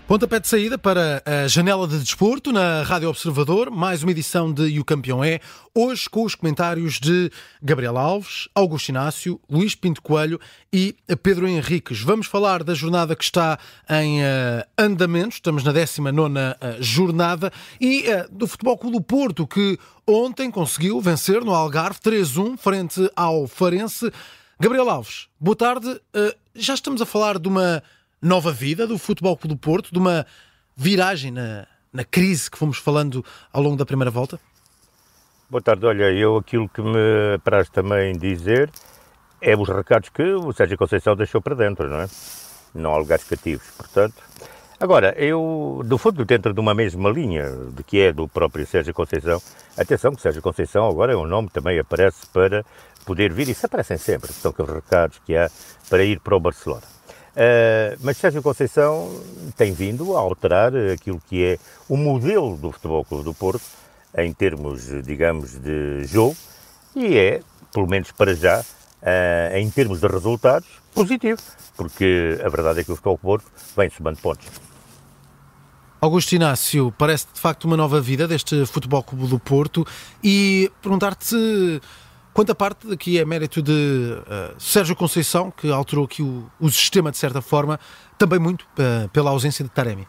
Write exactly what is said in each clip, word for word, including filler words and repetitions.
Pontapé de saída para a janela de desporto na Rádio Observador, mais uma edição de E o Campeão é, hoje com os comentários de Gabriel Alves, Augusto Inácio, Luís Pinto Coelho e Pedro Henriques. Vamos falar da jornada que está em uh, andamento, estamos na décima nona uh, jornada, e uh, do Futebol Clube do Porto, que ontem conseguiu vencer no Algarve três a um frente ao Farense. Gabriel Alves, boa tarde. Uh, já estamos a falar de uma nova vida do Futebol Clube do Porto, de uma viragem na, na crise que fomos falando ao longo da primeira volta? Boa tarde. Olha, eu aquilo que me apraz também dizer é os recados que o Sérgio Conceição deixou para dentro, não é? Não há lugares cativos, portanto. Agora, eu, do fundo, dentro de uma mesma linha, de que é do próprio Sérgio Conceição, atenção que Sérgio Conceição agora é um nome que também aparece para poder vir, isso aparecem sempre, são aqueles recados que há para ir para o Barcelona. Uh, mas Sérgio Conceição tem vindo a alterar aquilo que é o modelo do Futebol Clube do Porto, em termos, digamos, de jogo, e é, pelo menos para já, uh, em termos de resultados, positivo, porque a verdade é que o Futebol Clube do Porto vem somando pontos. Augusto Inácio, parece de facto uma nova vida deste Futebol Clube do Porto, e perguntar-te se quanto a parte aqui é mérito de uh, Sérgio Conceição, que alterou aqui o, o sistema de certa forma, também muito uh, pela ausência de Taremi.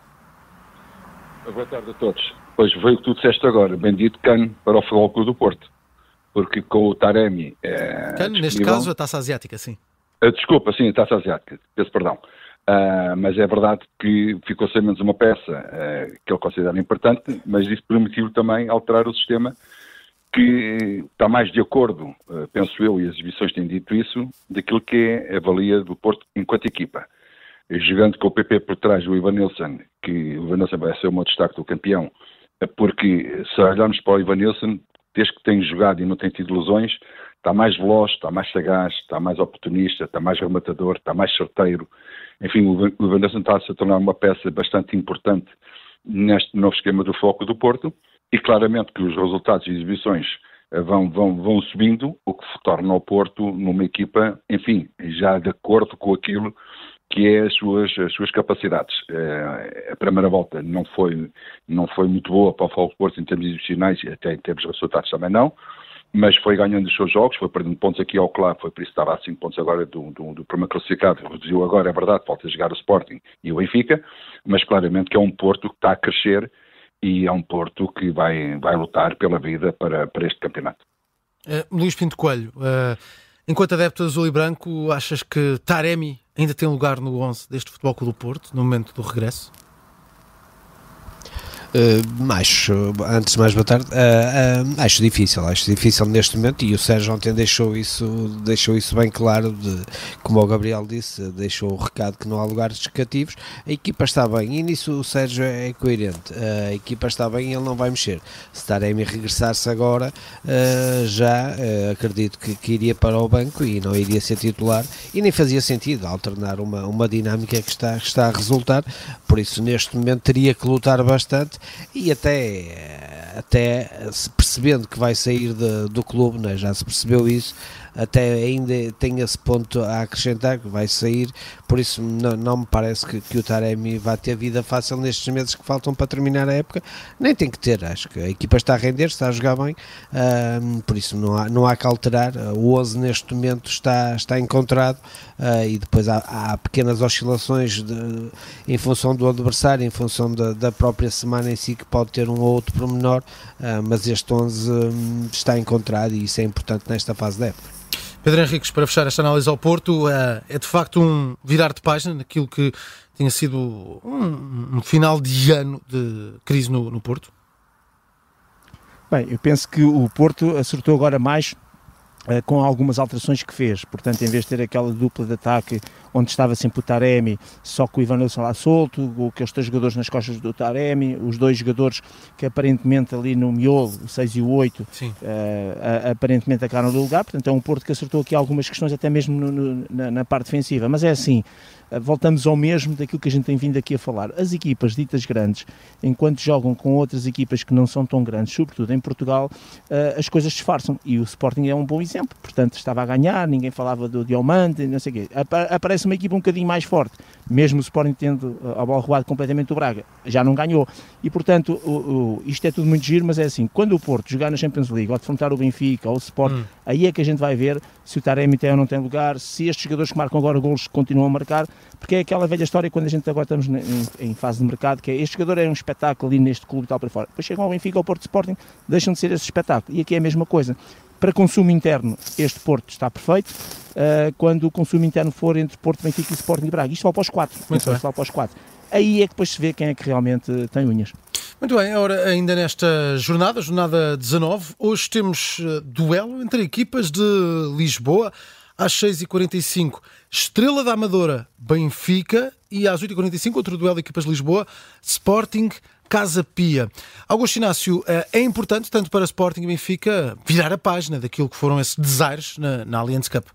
Boa tarde a todos. Pois foi o que tu disseste agora, bendito Cano para o Futebol Clube do Porto, porque com o Taremi... É, Cano, neste caso, a Taça Asiática, sim. Uh, desculpa, sim, a Taça Asiática, peço perdão. Uh, mas é verdade que ficou sem menos uma peça uh, que ele considera importante, mas isso permitiu também alterar o sistema, que está mais de acordo, penso eu, e as exibições têm dito isso, daquilo que é a valia do Porto enquanto equipa. Jogando com o P P por trás do Evanilson, que o Evanilson vai ser o meu destaque do campeão, porque se olharmos para o Evanilson, desde que tem jogado e não tem tido lesões, está mais veloz, está mais sagaz, está mais oportunista, está mais rematador, está mais certeiro. Enfim, o Evanilson está a se tornar uma peça bastante importante neste novo esquema do foco do Porto. E claramente que os resultados e exibições vão, vão, vão subindo, o que torna o Porto numa equipa, enfim, já de acordo com aquilo que é as suas, as suas capacidades. A primeira volta não foi, não foi muito boa para o Futebol do Porto em termos exibicionais e até em termos de resultados também não, mas foi ganhando os seus jogos, foi perdendo pontos aqui ao claro, foi por isso que estava a cinco pontos agora do, do, do primeiro classificado, reduziu agora, é verdade, falta jogar o Sporting e o Benfica, mas claramente que é um Porto que está a crescer e é um Porto que vai, vai lutar pela vida para, para este campeonato. Uh, Luís Pinto Coelho, uh, enquanto adepto azul e branco, achas que Taremi ainda tem lugar no onze deste Futebol Clube do Porto, no momento do regresso? Uh, acho, antes de mais boa tarde, uh, uh, acho difícil, acho difícil neste momento, e o Sérgio ontem deixou isso, deixou isso bem claro, de, como o Gabriel disse, deixou o recado que não há lugares cativos. A equipa está bem, e nisso o Sérgio é coerente, uh, a equipa está bem e ele não vai mexer. Se Taremi regressasse agora, uh, já uh, acredito que, que iria para o banco e não iria ser titular, e nem fazia sentido alternar uma, uma dinâmica que está, que está a resultar, por isso neste momento teria que lutar bastante. E até, até se percebendo que vai sair de, do clube, né? Já se percebeu isso, até ainda tem esse ponto a acrescentar, que vai sair, por isso não, não me parece que, que o Taremi vai ter vida fácil nestes meses que faltam para terminar a época, nem tem que ter, acho que a equipa está a render, está a jogar bem, um, por isso não há, não há que alterar, o onze neste momento está, está encontrado, uh, e depois há, há pequenas oscilações de, em função do adversário, em função da, da própria semana em si, que pode ter um ou outro pormenor, uh, mas este onze um, está encontrado e isso é importante nesta fase da época. Pedro Henriques, para fechar esta análise ao Porto, é de facto um virar de página naquilo que tinha sido um, um final de ano de crise no, no Porto? Bem, eu penso que o Porto acertou agora mais uh, com algumas alterações que fez, portanto em vez de ter aquela dupla de ataque onde estava sempre o Taremi, só com o Evanilson lá solto, com aqueles três jogadores nas costas do Taremi, os dois jogadores que aparentemente ali no miolo, o seis e o oito, uh, aparentemente acabaram do lugar, portanto é um Porto que acertou aqui algumas questões até mesmo no, no, na, na parte defensiva, mas é assim, voltamos ao mesmo daquilo que a gente tem vindo aqui a falar. As equipas ditas grandes, enquanto jogam com outras equipas que não são tão grandes, sobretudo em Portugal, as coisas disfarçam, e o Sporting é um bom exemplo. Portanto, estava a ganhar, ninguém falava do Diamante, não sei o quê. Aparece uma equipa um bocadinho mais forte, mesmo o Sporting tendo a bola roubada completamente do Braga, já não ganhou. E, portanto, o, o, isto é tudo muito giro, mas é assim, quando o Porto jogar na Champions League, ou defrontar o Benfica, ou o Sporting, hum. aí é que a gente vai ver se o Taremi tem ou não tem lugar, se estes jogadores que marcam agora golos continuam a marcar, porque é aquela velha história quando a gente agora estamos em, em fase de mercado, que é, este jogador é um espetáculo ali neste clube e tal para fora. Depois chegam ao Benfica, ao Porto Sporting, deixam de ser esse espetáculo. E aqui é a mesma coisa. Para consumo interno, este Porto está perfeito. Uh, quando o consumo interno for entre Porto, Benfica e Sporting de Braga, isto vale para os quatro. Muito bem. Vale para os quatro. Aí é que depois se vê quem é que realmente tem unhas. Muito bem, ora, ainda nesta jornada, jornada dezanove, hoje temos uh, duelo entre equipas de Lisboa. Às seis e quarenta e cinco, Estrela da Amadora, Benfica, e às oito e quarenta e cinco, outro duelo de equipas de Lisboa, Sporting, Casa Pia. Augusto Inácio, é importante, tanto para Sporting e Benfica, virar a página daquilo que foram esses desaires na, na Allianz Cup.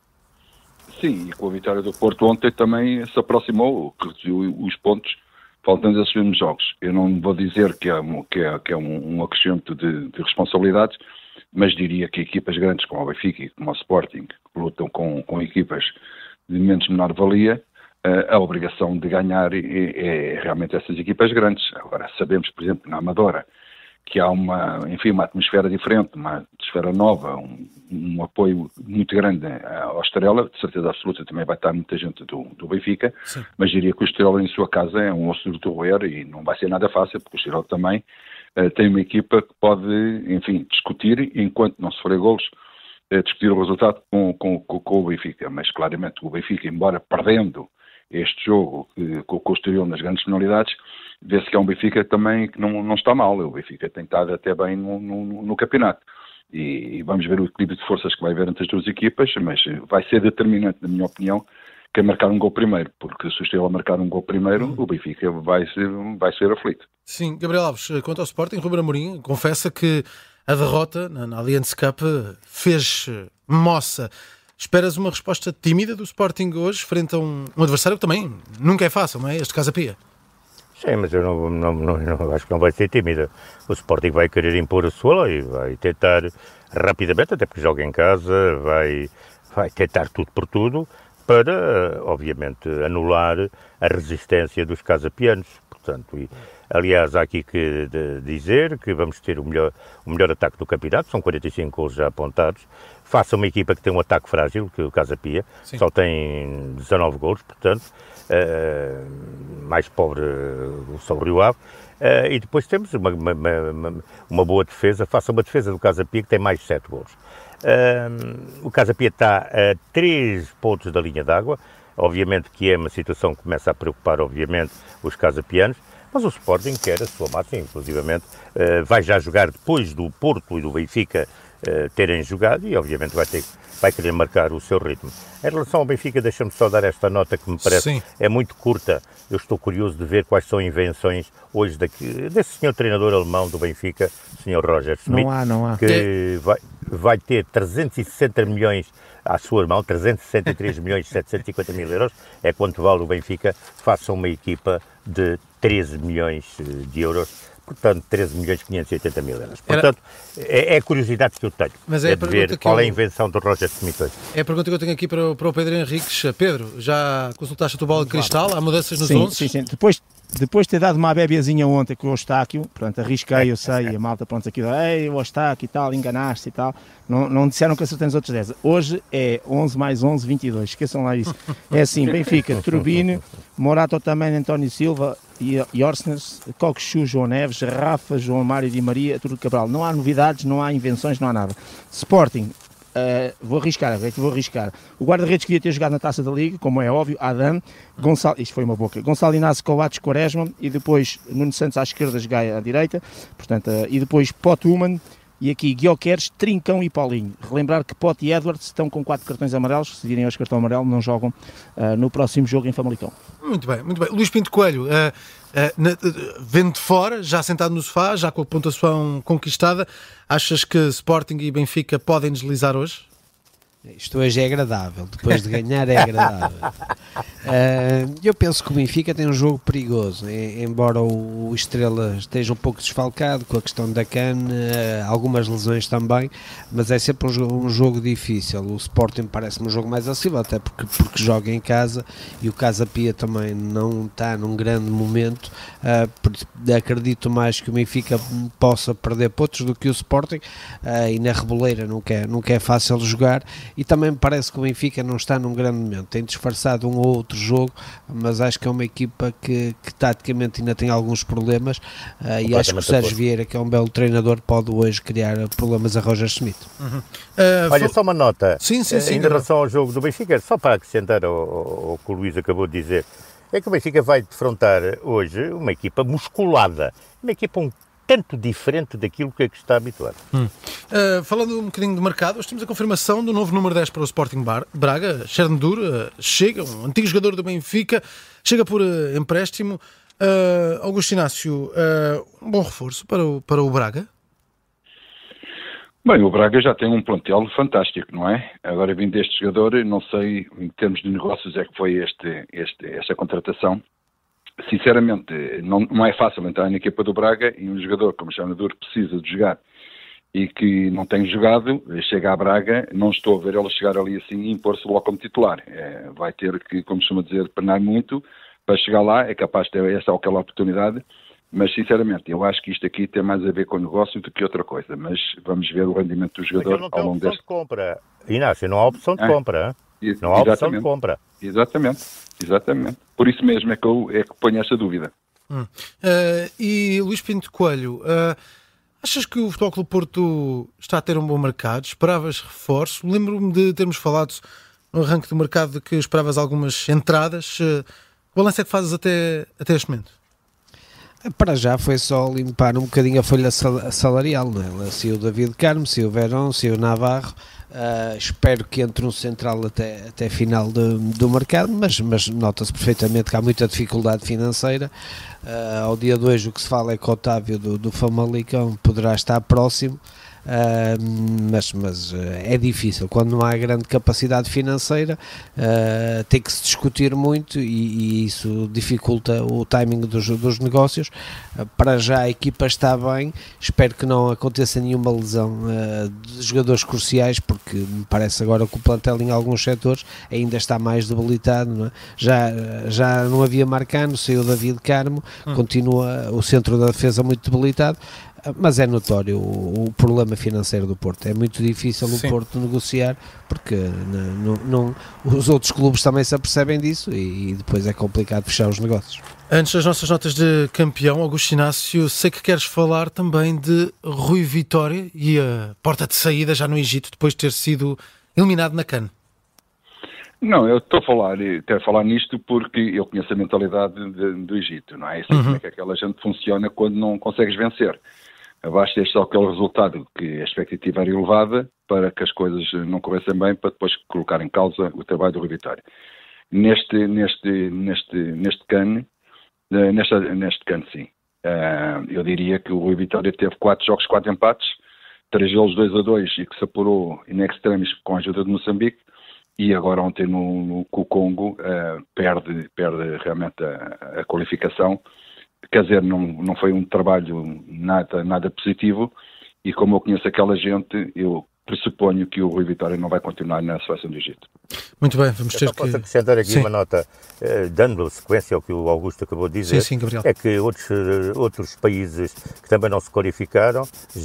Sim, e com a vitória do Porto ontem também se aproximou, reduziu os pontos, faltando esses mesmos jogos. Eu não vou dizer que é, que é, que é um, um acrescento de, de responsabilidades, mas diria que equipas grandes como o Benfica e como o Sporting, que lutam com, com equipas de menos menor valia, a obrigação de ganhar é, é realmente essas equipas grandes. Agora, sabemos, por exemplo, na Amadora, que há uma, enfim, uma atmosfera diferente, uma atmosfera nova, um, um apoio muito grande ao Estrela, de certeza absoluta também vai estar muita gente do, do Benfica, sim. Mas diria que o Estrela em sua casa é um osso de roer e não vai ser nada fácil, porque o Estrela também uh, tem uma equipa que pode, enfim, discutir, enquanto não se forem golos, uh, discutir o resultado com, com, com, com o Benfica, mas claramente o Benfica, embora perdendo este jogo uh, com, com o Estoril nas grandes penalidades, vê-se que é um Benfica também que não, não está mal. O Benfica tem estado até bem no, no, no campeonato. E, e vamos ver o equilíbrio de forças que vai haver entre as duas equipas, mas vai ser determinante, na minha opinião, que é marcar um gol primeiro, porque se o Estrela marcar um gol primeiro, hum. o Benfica vai ser, vai ser aflito. Sim, Gabriel Alves, quanto ao Sporting, Ruben Amorim confessa que a derrota na, na Allianz Cup fez moça. Esperas uma resposta tímida do Sporting hoje, frente a um, um adversário que também nunca é fácil, não é? Este Casa Pia. Sim, mas eu não, não, não, não acho que não vai ser tímida. O Sporting vai querer impor a sua lei, vai tentar rapidamente, até porque joga em casa, vai, vai tentar tudo por tudo para, obviamente, anular a resistência dos casapianos. Portanto, e, aliás, há aqui que de, dizer que vamos ter o melhor, o melhor ataque do campeonato, são quarenta e cinco golos já apontados. Faça uma equipa que tem um ataque frágil, que o Casa Pia, sim. Só tem dezanove golos, portanto, uh, mais pobre uh, só o Rio Ave. Uh, e depois temos uma, uma, uma, uma boa defesa, faça uma defesa do Casa Pia que tem mais sete golos. Uh, o Casa Pia está a três pontos da linha d'água, obviamente que é uma situação que começa a preocupar, obviamente, os casapianos, mas o Sporting quer a sua máxima, inclusivamente, uh, vai já jogar depois do Porto e do Benfica uh, terem jogado e, obviamente, vai, ter, vai querer marcar o seu ritmo. Em relação ao Benfica, deixa-me só dar esta nota que me parece Sim. é muito curta. Eu estou curioso de ver quais são invenções hoje daqui, desse senhor treinador alemão do Benfica, o senhor Roger Schmidt, não há, não há. que vai, vai ter trezentos e sessenta milhões à sua mão, trezentos e sessenta e três milhões setecentos e cinquenta mil euros, é quanto vale o Benfica, faça uma equipa de treze milhões de euros, portanto treze milhões quinhentos e oitenta mil euros. Portanto, Era... é, é a curiosidade que eu tenho, Mas é, é de ver qual eu... é a invenção do Roger Schmidt hoje. É a pergunta que eu tenho aqui para o, para o Pedro Henriques. Pedro, já consultaste a tua bola de cristal? Há mudanças nos sim, onze? Sim, sim. Depois, depois de ter dado uma bébiazinha ontem com o Eustáquio, pronto, arrisquei, eu sei, a malta, pronto, aqui, ei, o Eustáquio e tal, enganaste e tal, não, não disseram que acertei nos outros dez. Hoje é onze mais onze, vinte e dois, esqueçam lá isso. É assim, Benfica, Turbine, Morato também, António Silva, Yorsnes, Coxu, João Neves, Rafa, João Mário Di Maria, Arturo Cabral. Não há novidades, não há invenções, não há nada. Sporting, uh, vou arriscar, é que vou arriscar. O guarda-redes queria ter jogado na Taça da Liga, como é óbvio, Adam, Gonçalo, isto foi uma boca, Gonçalo Inácio, Coates, Quaresma, e depois Nuno Santos à esquerda, Gaia à direita, portanto, uh, e depois Potuman, e aqui Guioqueres, Trincão e Paulinho. Relembrar que Pote e Edwards estão com quatro cartões amarelos, se virem aos cartão amarelo, não jogam uh, no próximo jogo em Famalicão. Muito bem, muito bem. Luís Pinto Coelho, uh, uh, na, uh, vendo de fora, já sentado no sofá, já com a pontuação conquistada, achas que Sporting e Benfica podem deslizar hoje? Isto hoje é agradável, depois de ganhar é agradável. Uh, eu penso que o Benfica tem um jogo perigoso, embora o Estrela esteja um pouco desfalcado com a questão da CAN, uh, algumas lesões também, mas é sempre um jogo, um jogo difícil. O Sporting parece-me um jogo mais acessível, até porque, porque joga em casa e o Casa Pia também não está num grande momento. Uh, acredito mais que o Benfica possa perder pontos do que o Sporting, uh, e na Reboleira nunca é, nunca é fácil jogar. E também me parece que o Benfica não está num grande momento, tem disfarçado um ou outro jogo, mas acho que é uma equipa que, que taticamente ainda tem alguns problemas, uh, e acho que o Sérgio Vieira, que é um belo treinador, pode hoje criar problemas a Roger Schmidt. Uhum. Uh, Olha, só uma nota, sim, sim, sim, em relação ao jogo do Benfica, só para acrescentar ao, ao que o Luís acabou de dizer, é que o Benfica vai defrontar hoje uma equipa musculada, uma equipa um tanto diferente daquilo que é que está habituado. Hum. Uh, falando um bocadinho de mercado, hoje temos a confirmação do novo número dez para o Sporting Bar, Braga. Chernobyl uh, chega, um antigo jogador do Benfica, chega por uh, empréstimo. Uh, Augusto Inácio, uh, um bom reforço para o, para o Braga? Bem, o Braga já tem um plantel fantástico, não é? Agora, vindo deste jogador, não sei em termos de negócios é que foi este, este, esta contratação. Sinceramente, não, não é fácil entrar na equipa do Braga e um jogador como o Chernobyl precisa de jogar e que não tem jogado, chega a Braga, não estou a ver ele chegar ali assim e impor-se logo como titular. É, vai ter que, como costuma dizer, penar muito para chegar lá, é capaz de ter essa ou aquela oportunidade, mas sinceramente, eu acho que isto aqui tem mais a ver com o negócio do que outra coisa, mas vamos ver o rendimento do jogador ao longo deste... Não há opção de compra, Inácio, não há opção de é. compra, hein? Não há opção de compra. Exatamente, exatamente. Por isso mesmo é que eu, é que ponho essa dúvida. Hum. Uh, e Luís Pinto Coelho, uh, achas que o Futebol Clube Porto está a ter um bom mercado? Esperavas reforço? Lembro-me de termos falado no arranque do mercado de que esperavas algumas entradas. Uh, o balanço é que fazes até, até este momento? Para já foi só limpar um bocadinho a folha salarial, não é? Se o David Carmo, se o Verón, se o Navarro. Uh, espero que entre um central até, até final de, do mercado, mas, mas nota-se perfeitamente que há muita dificuldade financeira. Uh, ao dia dois o que se fala é que o Otávio do, do Famalicão poderá estar próximo, uh, mas, mas uh, é difícil, quando não há grande capacidade financeira, uh, tem que se discutir muito e, e isso dificulta o timing dos, dos negócios. Uh, para já a equipa está bem, espero que não aconteça nenhuma lesão uh, de jogadores cruciais, porque me parece agora que o plantel em alguns setores ainda está mais debilitado, não é? já, já não havia Marcano, saiu David Carmo, hum. continua o centro da defesa muito debilitado, mas é notório o, o problema financeiro do Porto, é muito difícil Sim. o Porto negociar, porque não, não, os outros clubes também se apercebem disso e, e depois é complicado fechar os negócios. Antes das nossas notas de campeão, Augusto Inácio, sei que queres falar também de Rui Vitória e a porta de saída já no Egito, depois de ter sido eliminado na CAN. Não, eu estou a falar, quero falar nisto porque eu conheço a mentalidade de, do Egito, não é? Eu sei uhum. como é que aquela gente funciona quando não consegues vencer. Basta ter só aquele resultado que a expectativa era elevada para que as coisas não corressem bem, para depois colocar em causa o trabalho do Rui Vitória. Neste, neste, neste, neste CAN, neste, neste CAN sim, uh, eu diria que o Rui Vitória teve quatro jogos, quatro empates, três golos dois a dois e que se apurou in extremis com a ajuda de Moçambique, e agora ontem no, no, com o Congo uh, perde, perde realmente a, a qualificação. Quer dizer, não, não foi um trabalho nada, nada positivo, e como eu conheço aquela gente, eu pressuponho que o Rui Vitória não vai continuar na seleção do Egito. Muito bem, vamos ter eu que... posso acrescentar aqui Sim. uma nota, eh, dando sequência ao que o Augusto acabou de dizer, sim, sim, Gabriel. É que outros, outros países que também não se qualificaram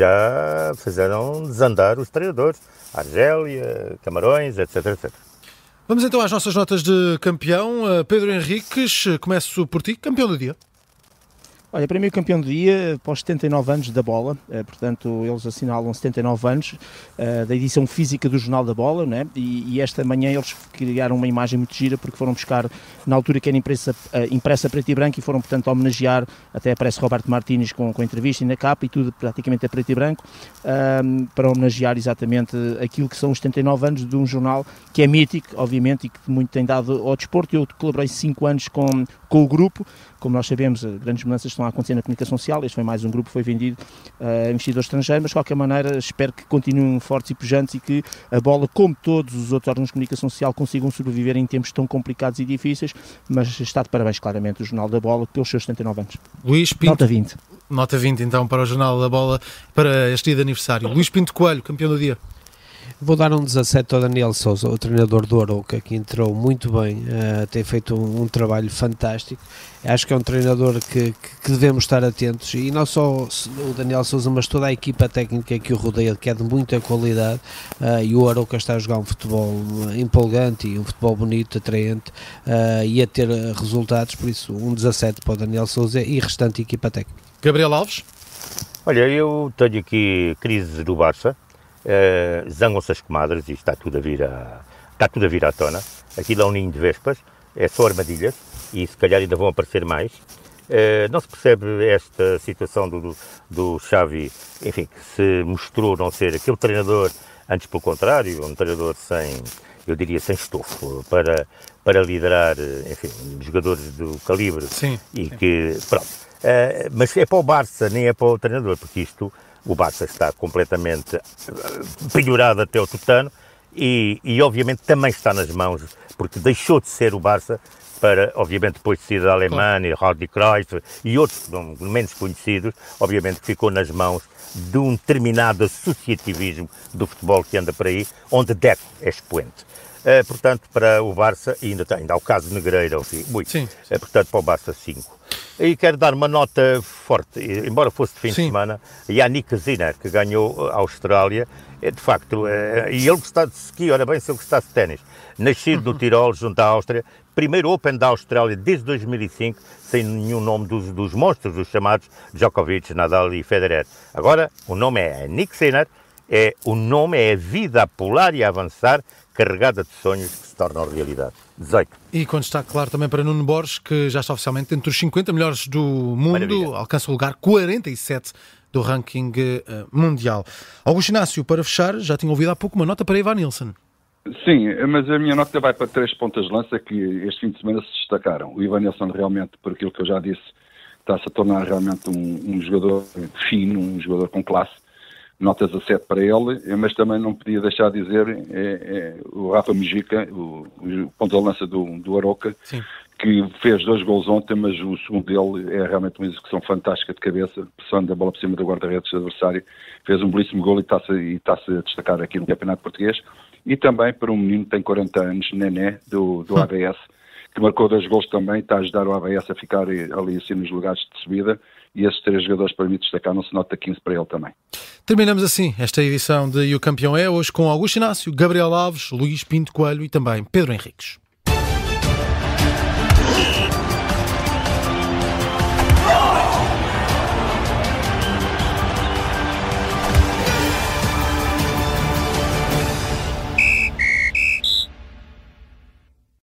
já fizeram desandar os treinadores, Argélia, Camarões, etc, etcétera. Vamos então às nossas notas de campeão. Pedro Henriques, começo por ti, campeão do dia. Olha, para mim o campeão do dia, após setenta e nove anos da bola, eh, portanto eles assinalam setenta e nove anos eh, da edição física do Jornal da Bola, né? e, e esta manhã eles criaram uma imagem muito gira porque foram buscar, na altura que era impressa, eh, impressa preto e branco, e foram portanto homenagear, até aparece Roberto Martínez com, com a entrevista e na capa e tudo praticamente a preto e branco, eh, para homenagear exatamente aquilo que são os setenta e nove anos de um jornal que é mítico, obviamente, e que muito tem dado ao desporto. Eu colaborei cinco anos com, com o grupo, como nós sabemos, grandes mudanças estão a acontecer na comunicação social, este foi mais um grupo que foi vendido a investidor estrangeiro, mas de qualquer maneira espero que continuem fortes e pujantes e que a Bola, como todos os outros órgãos de comunicação social, consigam sobreviver em tempos tão complicados e difíceis, mas está de parabéns claramente o Jornal da Bola pelos seus setenta e nove anos. Luís Pinto, nota vinte. Nota vinte então para o Jornal da Bola para este dia de aniversário. Luís Pinto Coelho, campeão do dia. Vou dar um dezassete ao Daniel Sousa, o treinador do Arouca, que entrou muito bem, uh, tem feito um, um trabalho fantástico. Acho que é um treinador que, que, que devemos estar atentos, e não só o Daniel Sousa, mas toda a equipa técnica que o rodeia, que é de muita qualidade, uh, e o Arouca está a jogar um futebol empolgante e um futebol bonito, atraente, uh, e a ter resultados, por isso um dezassete para o Daniel Sousa e restante equipa técnica. Gabriel Alves? Olha, eu tenho aqui crise do Barça. Uh, zangam-se as comadres e está tudo a vir a, está tudo a vir à tona. Aquilo é um ninho de vespas, é só armadilhas e se calhar ainda vão aparecer mais. Uh, não se percebe esta situação do, do, do Xavi, enfim, que se mostrou não ser aquele treinador, antes pelo contrário, um treinador sem, eu diria, sem estofo, para, para liderar, enfim, jogadores do calibre. Sim, e sim. que, pronto. Uh, mas é para o Barça, nem é para o treinador, porque isto, o Barça está completamente penhorado até o tutano e, e obviamente também está nas mãos, porque deixou de ser o Barça para, obviamente, depois de sair da Alemanha, Hardy Cruyff e outros não, menos conhecidos, obviamente que ficou nas mãos de um determinado associativismo do futebol que anda por aí, onde Deco é expoente. Uh, portanto, para o Barça, e ainda, tem, ainda há o caso Negreira, muito, sim, sim. Uh, portanto, para o Barça cinco. E quero dar uma nota forte, embora fosse de fim Sim. de semana, Yannick Sinner, que ganhou a Austrália, é de facto, é, e ele gostar de ski, ora bem, se ele gostasse de ténis, nascido no Tirol, junto à Áustria, primeiro Open da Austrália desde dois mil e cinco, sem nenhum nome dos, dos monstros, dos chamados Djokovic, Nadal e Federer. Agora, o nome é Yannick Sinner, é, o nome é a vida a pular e a avançar, carregada de sonhos que se tornam realidade. dezoito. E com destaque, claro, também para Nuno Borges, que já está oficialmente entre os cinquenta melhores do mundo, Maravilha. Alcança o lugar quarenta e sete do ranking uh, mundial. Augusto Inácio, para fechar, já tinha ouvido há pouco uma nota para Ivan Nilsson. Sim, mas a minha nota vai para três pontas de lança que este fim de semana se destacaram. O Ivan Nilsson realmente, por aquilo que eu já disse, está-se a tornar realmente um, um jogador fino, um jogador com classe. Nota dezassete para ele, mas também não podia deixar de dizer é, é, o Rafa Mujica, o, o ponto de lança do, do Arouca, Sim. que fez dois gols ontem, mas o segundo dele é realmente uma execução fantástica de cabeça, pressando a bola por cima da guarda-redes do adversário, fez um belíssimo gol e está-se, e está-se a destacar aqui no Campeonato Português, e também para um menino que tem quarenta anos, Nené, do, do A B S, que marcou dois gols também, está a ajudar o A B S a ficar ali assim nos lugares de subida, e esses três jogadores para mim destacar, não se nota quinze para ele também. Terminamos assim esta edição de E o Campeão é, hoje com Augusto Inácio, Gabriel Alves, Luís Pinto Coelho e também Pedro Henriques.